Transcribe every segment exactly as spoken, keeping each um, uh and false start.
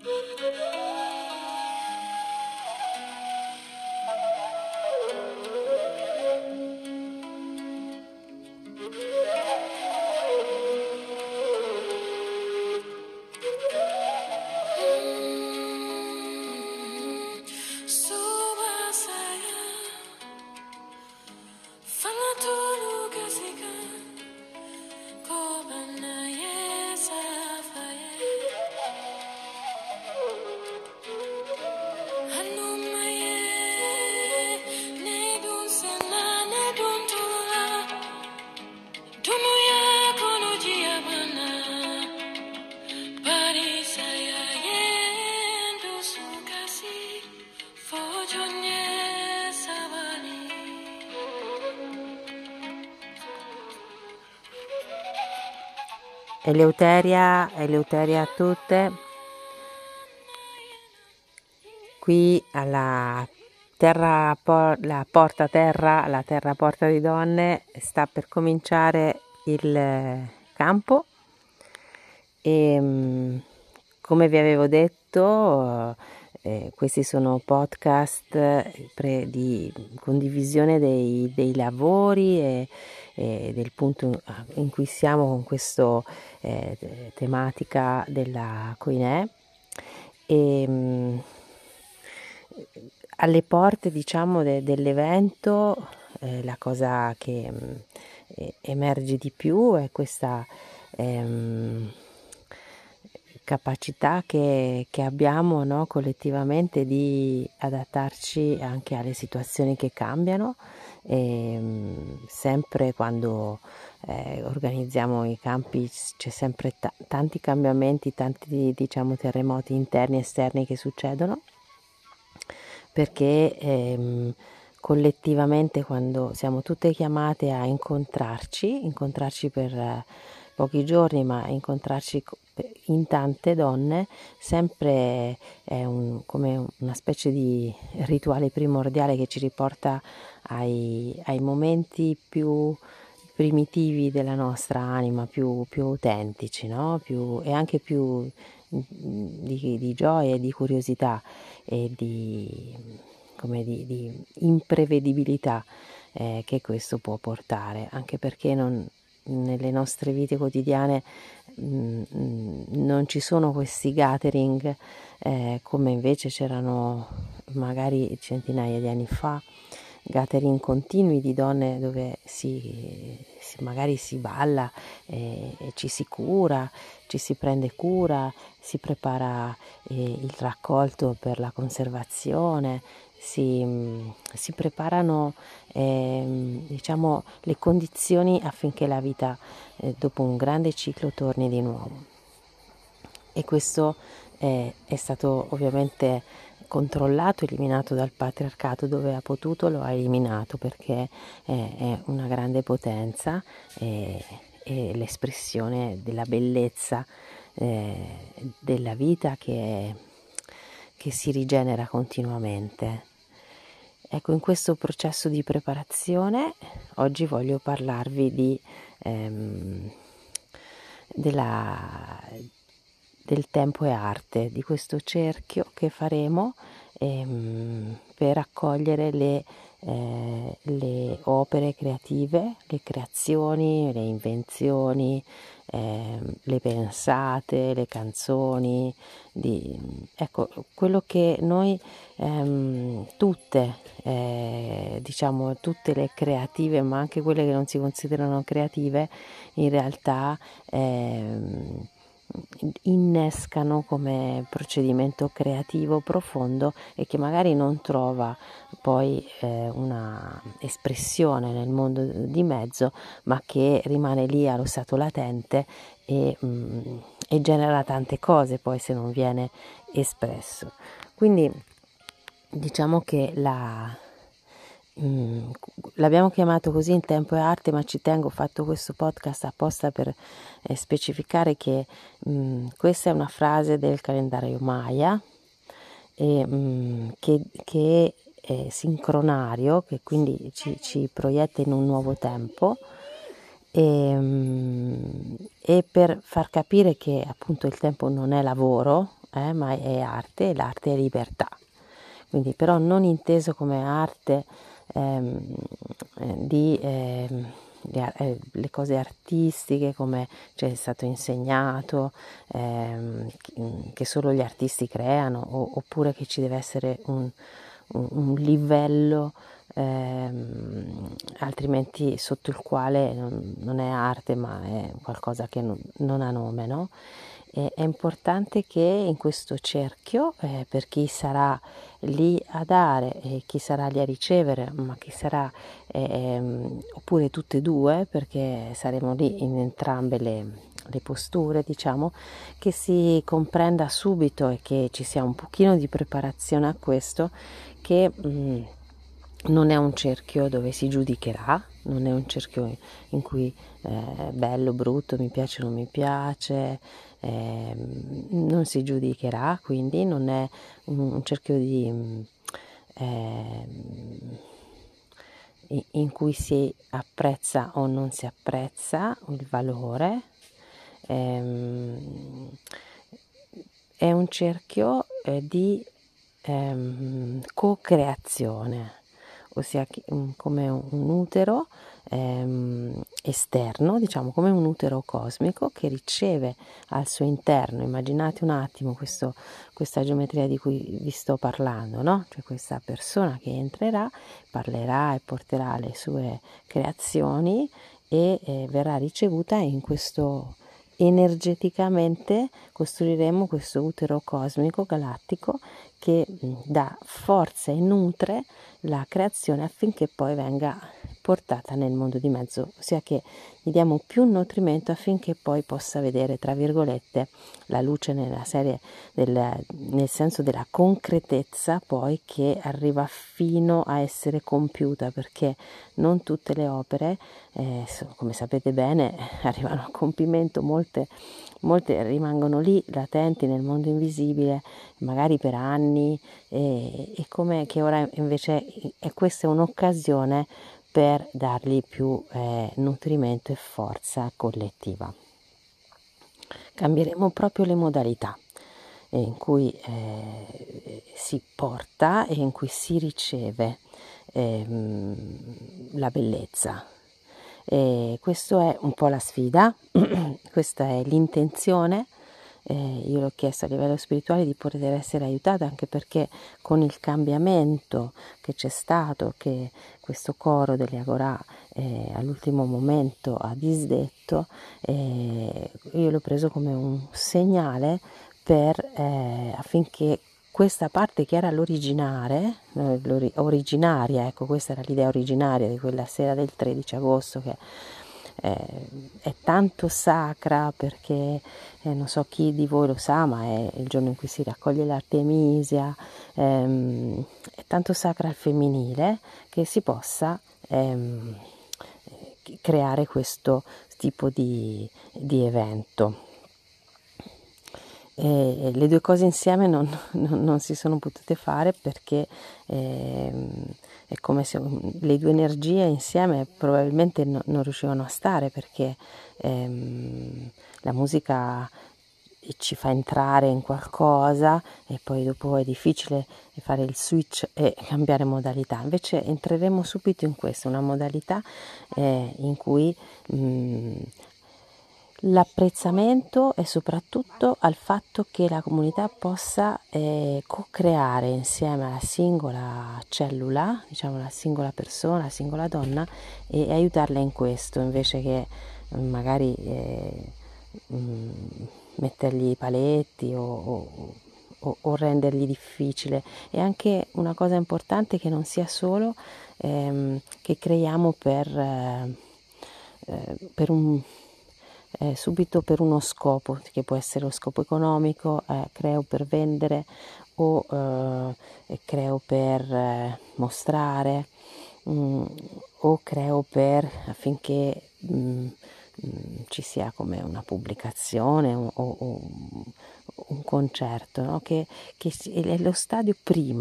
Eleuteria, Eleuteria a tutte, qui alla terra, la Porta Terra, la Terra Porta di Donne, sta per cominciare il campo e come vi avevo detto eh, questi sono podcast pre, di condivisione dei, dei lavori e, e del punto in cui siamo con questa eh, tematica della Koinè e mh, alle porte diciamo de, dell'evento eh, la cosa che mh, emerge di più è questa ehm, capacità che, che abbiamo, no, collettivamente di adattarci anche alle situazioni che cambiano e, mh, sempre quando eh, organizziamo i campi c'è sempre t- tanti cambiamenti, tanti diciamo terremoti interni e esterni che succedono perché ehm, collettivamente quando siamo tutte chiamate a incontrarci, incontrarci per eh, pochi giorni ma incontrarci in tante donne, sempre è un, come una specie di rituale primordiale che ci riporta ai, ai momenti più primitivi della nostra anima, più, più autentici, no? Più, e anche più di, di gioia e di curiosità e di, come di, di imprevedibilità eh, che questo può portare, anche perché non, nelle nostre vite quotidiane mh, non ci sono questi gathering eh, come invece c'erano magari centinaia di anni fa, gathering continui di donne dove si, si magari si balla e, e ci si cura, ci si prende cura, si prepara eh, il raccolto per la conservazione, si, si preparano eh, diciamo le condizioni affinché la vita eh, dopo un grande ciclo torni di nuovo. E questo eh, è stato ovviamente controllato, eliminato dal patriarcato, dove ha potuto lo ha eliminato perché è, è una grande potenza e, e l'espressione della bellezza eh, della vita che, che si rigenera continuamente. Ecco, in questo processo di preparazione oggi voglio parlarvi di, ehm, della, del tempo e arte, di questo cerchio che faremo ehm, per accogliere le, eh, le opere creative, le creazioni, le invenzioni, eh, le pensate, le canzoni, di, ecco, quello che noi ehm, tutte, eh, diciamo tutte le creative, ma anche quelle che non si considerano creative, in realtà ehm, innescano come procedimento creativo profondo e che magari non trova poi eh, una espressione nel mondo di mezzo, ma che rimane lì allo stato latente e, mh, e genera tante cose poi se non viene espresso. Quindi diciamo che la Mm, l'abbiamo chiamato così in tempo e arte, ma ci tengo, ho fatto questo podcast apposta per eh, specificare che mm, questa è una frase del calendario Maya e, mm, che, che è sincronario, che quindi ci, ci proietta in un nuovo tempo e, mm, e per far capire che appunto il tempo non è lavoro eh, ma è arte e l'arte è libertà. Quindi però non inteso come arte ehm, eh, di ehm, le, eh, le cose artistiche come ci è stato insegnato, ehm, che solo gli artisti creano, o, oppure che ci deve essere un, un, un livello ehm, altrimenti sotto il quale non, non è arte ma è qualcosa che non, non ha nome, no? E è importante che in questo cerchio, eh, per chi sarà lì a dare e chi sarà lì a ricevere, ma chi sarà, ehm, oppure tutte e due, perché saremo lì in entrambe le, le posture, diciamo, che si comprenda subito e che ci sia un pochino di preparazione a questo, che mh, non è un cerchio dove si giudicherà, non è un cerchio in cui è eh, bello, brutto, mi piace o non mi piace, eh, non si giudicherà, quindi non è un, un cerchio di, eh, in cui si apprezza o non si apprezza il valore. Ehm, è un cerchio eh, di ehm, co-creazione, ossia come un utero ehm, esterno, diciamo come un utero cosmico che riceve al suo interno, immaginate un attimo questo, questa geometria di cui vi sto parlando, no? Cioè questa persona che entrerà, parlerà e porterà le sue creazioni e eh, verrà ricevuta in questo energeticamente costruiremo questo utero cosmico galattico che dà forza e nutre la creazione affinché poi venga portata nel mondo di mezzo, ossia che gli diamo più nutrimento affinché poi possa vedere, tra virgolette, la luce nella serie del, nel senso della concretezza poi che arriva fino a essere compiuta, perché non tutte le opere eh, come sapete bene arrivano a compimento, molte, molte rimangono lì latenti nel mondo invisibile magari per anni e, e come che ora invece è questa è un'occasione per dargli più eh, nutrimento e forza collettiva. Cambieremo proprio le modalità in cui eh, si porta e in cui si riceve ehm, la bellezza. E questo è un po' la sfida, questa è l'intenzione. Eh, io l'ho chiesto a livello spirituale di poter essere aiutata, anche perché con il cambiamento che c'è stato, che questo coro delle Agorà eh, all'ultimo momento ha disdetto, eh, io l'ho preso come un segnale per, eh, affinché questa parte che era l'originare, eh, originaria, ecco questa era l'idea originaria di quella sera del tredici agosto che eh, è tanto sacra perché eh, non so chi di voi lo sa, ma è il giorno in cui si raccoglie l'artemisia, ehm, è tanto sacra al femminile che si possa ehm, creare questo tipo di, di evento. E le due cose insieme non, non, non si sono potute fare perché ehm, è come se le due energie insieme probabilmente no, non riuscivano a stare, perché ehm, la musica ci fa entrare in qualcosa e poi dopo è difficile fare il switch e cambiare modalità. Invece entreremo subito in questa, una modalità eh, in cui mh, l'apprezzamento è soprattutto al fatto che la comunità possa eh, co-creare insieme alla singola cellula, diciamo la singola persona, la singola donna, e, e aiutarla in questo, invece che magari eh, mh, mettergli i paletti o, o, o, o rendergli difficile. E anche una cosa importante che non sia solo ehm, che creiamo per, eh, eh, per un Eh, subito per uno scopo, che può essere lo scopo economico, eh, creo per vendere o eh, creo per eh, mostrare mh, o creo per affinché mh, mh, ci sia come una pubblicazione o, o un concerto, no? che, che è lo stadio prima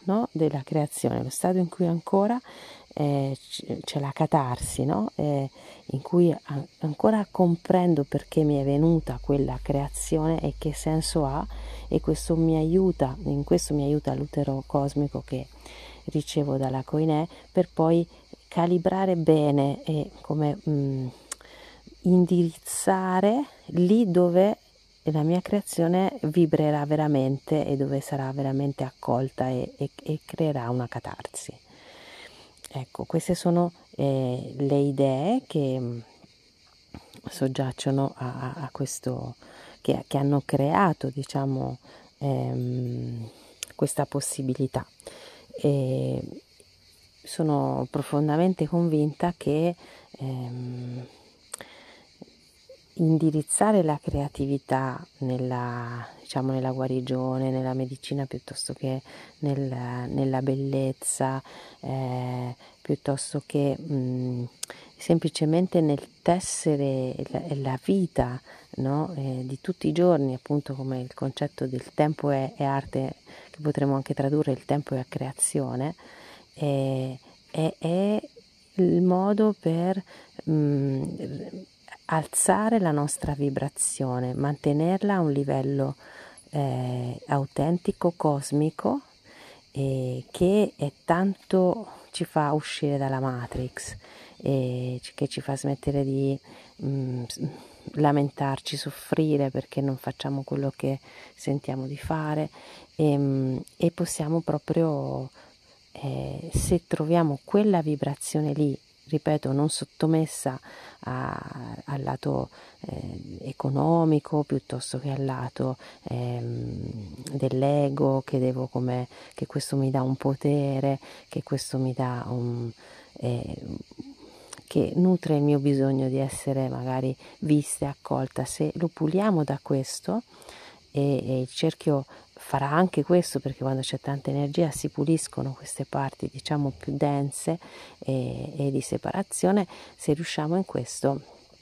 no? Della creazione, lo stato in cui ancora eh, c'è la catarsi, no? Eh, in cui a- ancora comprendo perché mi è venuta quella creazione e che senso ha, e questo mi aiuta, in questo mi aiuta l'utero cosmico che ricevo dalla Koinè, per poi calibrare bene e come mh, indirizzare lì dove la mia creazione vibrerà veramente e dove sarà veramente accolta e, e, e creerà una catarsi. Ecco, queste sono eh, le idee che mh, soggiacciono a, a questo, che, che hanno creato, diciamo, ehm, questa possibilità. E sono profondamente convinta che ehm, indirizzare la creatività nella, diciamo, nella guarigione, nella medicina, piuttosto che nel, nella bellezza, eh, piuttosto che mh, semplicemente nel tessere la, la vita, no? eh, di tutti i giorni, appunto come il concetto del tempo è, è arte, che potremmo anche tradurre il tempo è creazione, è, è, è il modo per mh, alzare la nostra vibrazione, mantenerla a un livello eh, autentico, cosmico, eh, che è tanto ci fa uscire dalla Matrix, e che ci fa smettere di mh, lamentarci, soffrire perché non facciamo quello che sentiamo di fare, e, mh, e possiamo proprio, eh, se troviamo quella vibrazione lì, ripeto, non sottomessa a, al lato eh, economico piuttosto che al lato ehm, dell'ego, che devo come che questo mi dà un potere, che questo mi dà un eh, che nutre il mio bisogno di essere magari vista e accolta. Se lo puliamo da questo, e, e il cerchio farà anche questo, perché quando c'è tanta energia si puliscono queste parti, diciamo, più dense e, e di separazione. Se riusciamo in questo,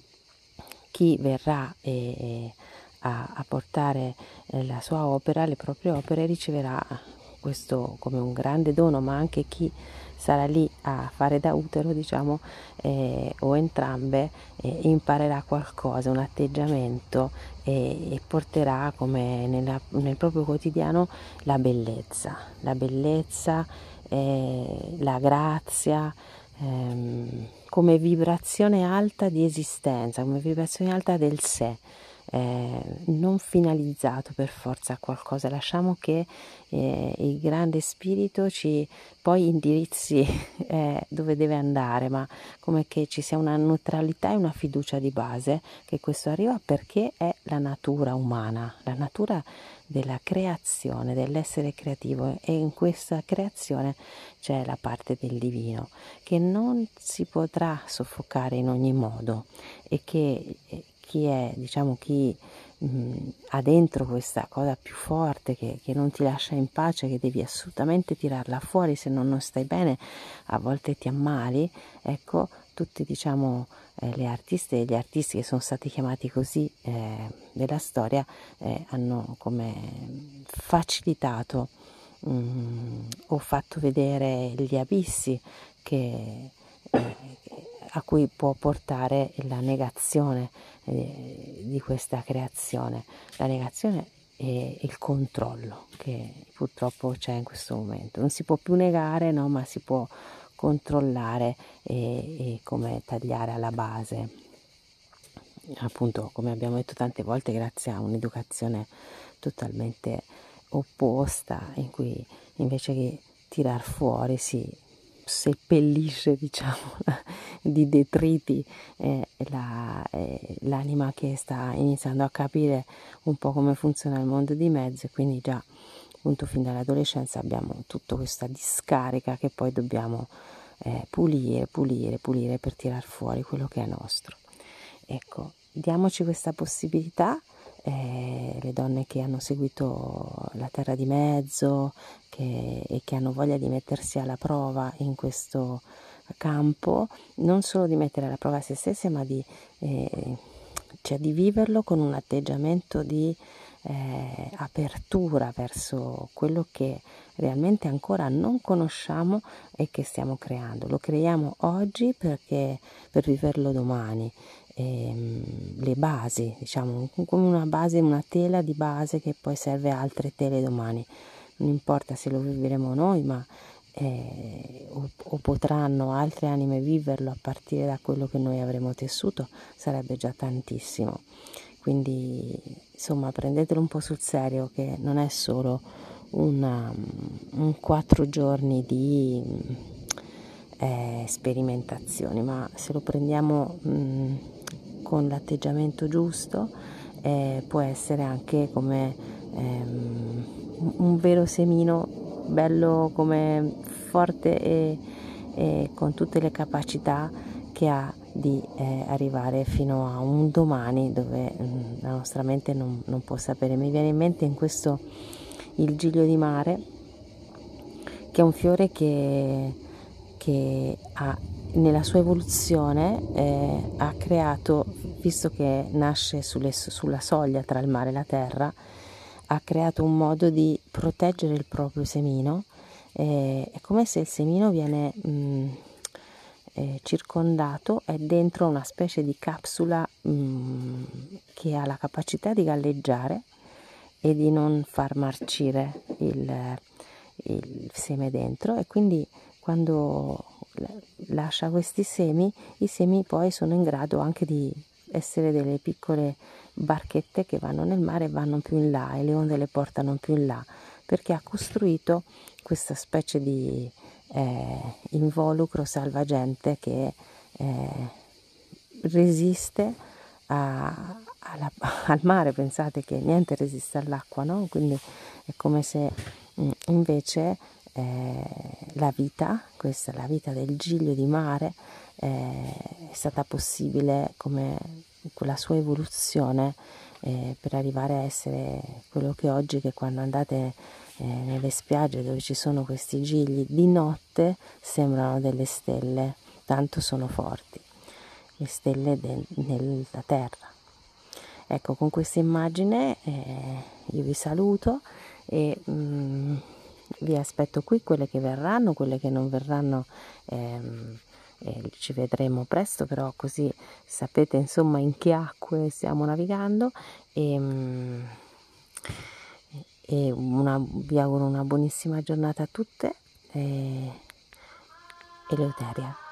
chi verrà e, a, a portare la sua opera, le proprie opere, riceverà questo come un grande dono, ma anche chi sarà lì a fare da utero, diciamo, eh, o entrambe, eh, imparerà qualcosa, un atteggiamento, e, e porterà come nella, nel proprio quotidiano la bellezza, la bellezza, eh, la grazia, ehm, come vibrazione alta di esistenza, come vibrazione alta del sé. Eh, non finalizzato per forza a qualcosa, lasciamo che eh, il grande spirito ci poi indirizzi eh, dove deve andare, ma come che ci sia una neutralità e una fiducia di base che questo arriva, perché è la natura umana, la natura della creazione, dell'essere creativo, e in questa creazione c'è la parte del divino che non si potrà soffocare in ogni modo, e che chi è, diciamo, chi mh, ha dentro questa cosa più forte che, che non ti lascia in pace, che devi assolutamente tirarla fuori, se no non stai bene, a volte ti ammali, ecco, tutti, diciamo, eh, le artiste e gli artisti che sono stati chiamati così eh, della storia eh, hanno come facilitato mh, o fatto vedere gli abissi che eh, a cui può portare la negazione eh, di questa creazione, la negazione e il controllo che purtroppo c'è in questo momento. Non si può più negare, no, ma si può controllare e, e come tagliare alla base, appunto, come abbiamo detto tante volte, grazie a un'educazione totalmente opposta, in cui invece che tirar fuori si seppellisce, diciamo, di detriti eh, la, eh, l'anima che sta iniziando a capire un po' come funziona il mondo di mezzo, e quindi già appunto fin dall'adolescenza abbiamo tutta questa discarica che poi dobbiamo eh, pulire, pulire, pulire per tirar fuori quello che è nostro. Ecco, diamoci questa possibilità, eh, le donne che hanno seguito la Terra di Mezzo, che, e che hanno voglia di mettersi alla prova in questo campo, non solo di mettere alla prova se stesse, ma di, eh, cioè di viverlo con un atteggiamento di eh, apertura verso quello che realmente ancora non conosciamo e che stiamo creando. Lo creiamo oggi perché per viverlo domani. E, le basi, diciamo, come una base, una tela di base che poi serve a altre tele domani. Non importa se lo vivremo noi, ma eh, o, o potranno altre anime viverlo a partire da quello che noi avremo tessuto, sarebbe già tantissimo. Quindi insomma prendetelo un po' sul serio, che non è solo una, un quattro giorni di eh, sperimentazioni, ma se lo prendiamo mh, con l'atteggiamento giusto eh, può essere anche come ehm, un vero semino bello, come forte e, e con tutte le capacità che ha di eh, arrivare fino a un domani dove mh, la nostra mente non, non può sapere. Mi viene in mente in questo il giglio di mare, che è un fiore che, che ha nella sua evoluzione eh, ha creato, visto che nasce sulle, sulla soglia tra il mare e la terra, ha creato un modo di proteggere il proprio semino. Eh, è come se il semino viene mh, eh, circondato, è dentro una specie di capsula mh, che ha la capacità di galleggiare e di non far marcire il, il seme dentro, e quindi quando lascia questi semi, i semi poi sono in grado anche di essere delle piccole barchette che vanno nel mare e vanno più in là, e le onde le portano più in là, perché ha costruito questa specie di eh, involucro salvagente che eh, resiste a, alla, al mare. Pensate che niente resiste all'acqua, no? Quindi è come se mh, invece eh, la vita, questa la vita del giglio di mare, eh, è stata possibile come quella sua evoluzione eh, per arrivare a essere quello che oggi, che quando andate eh, nelle spiagge dove ci sono questi gigli di notte sembrano delle stelle, tanto sono forti le stelle del, nella terra. Ecco, con questa immagine eh, io vi saluto e mh, vi aspetto qui, quelle che verranno, quelle che non verranno ehm, eh, ci vedremo presto, però così sapete insomma in che acque stiamo navigando. E, mh, e una, vi auguro una buonissima giornata a tutte. E, Eleuteria.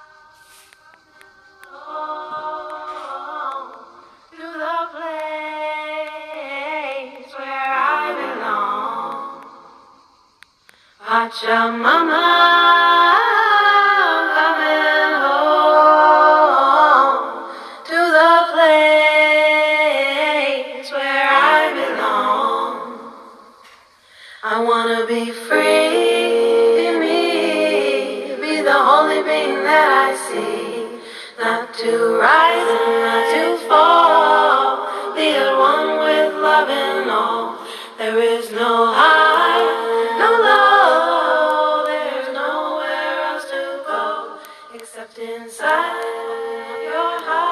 Pachamama, coming home to the place where I belong. I wanna be free, me, be the only being that I see, not to rise and not to fall, be at one with love and all. There is no high, no low, there's nowhere else to go except inside your heart.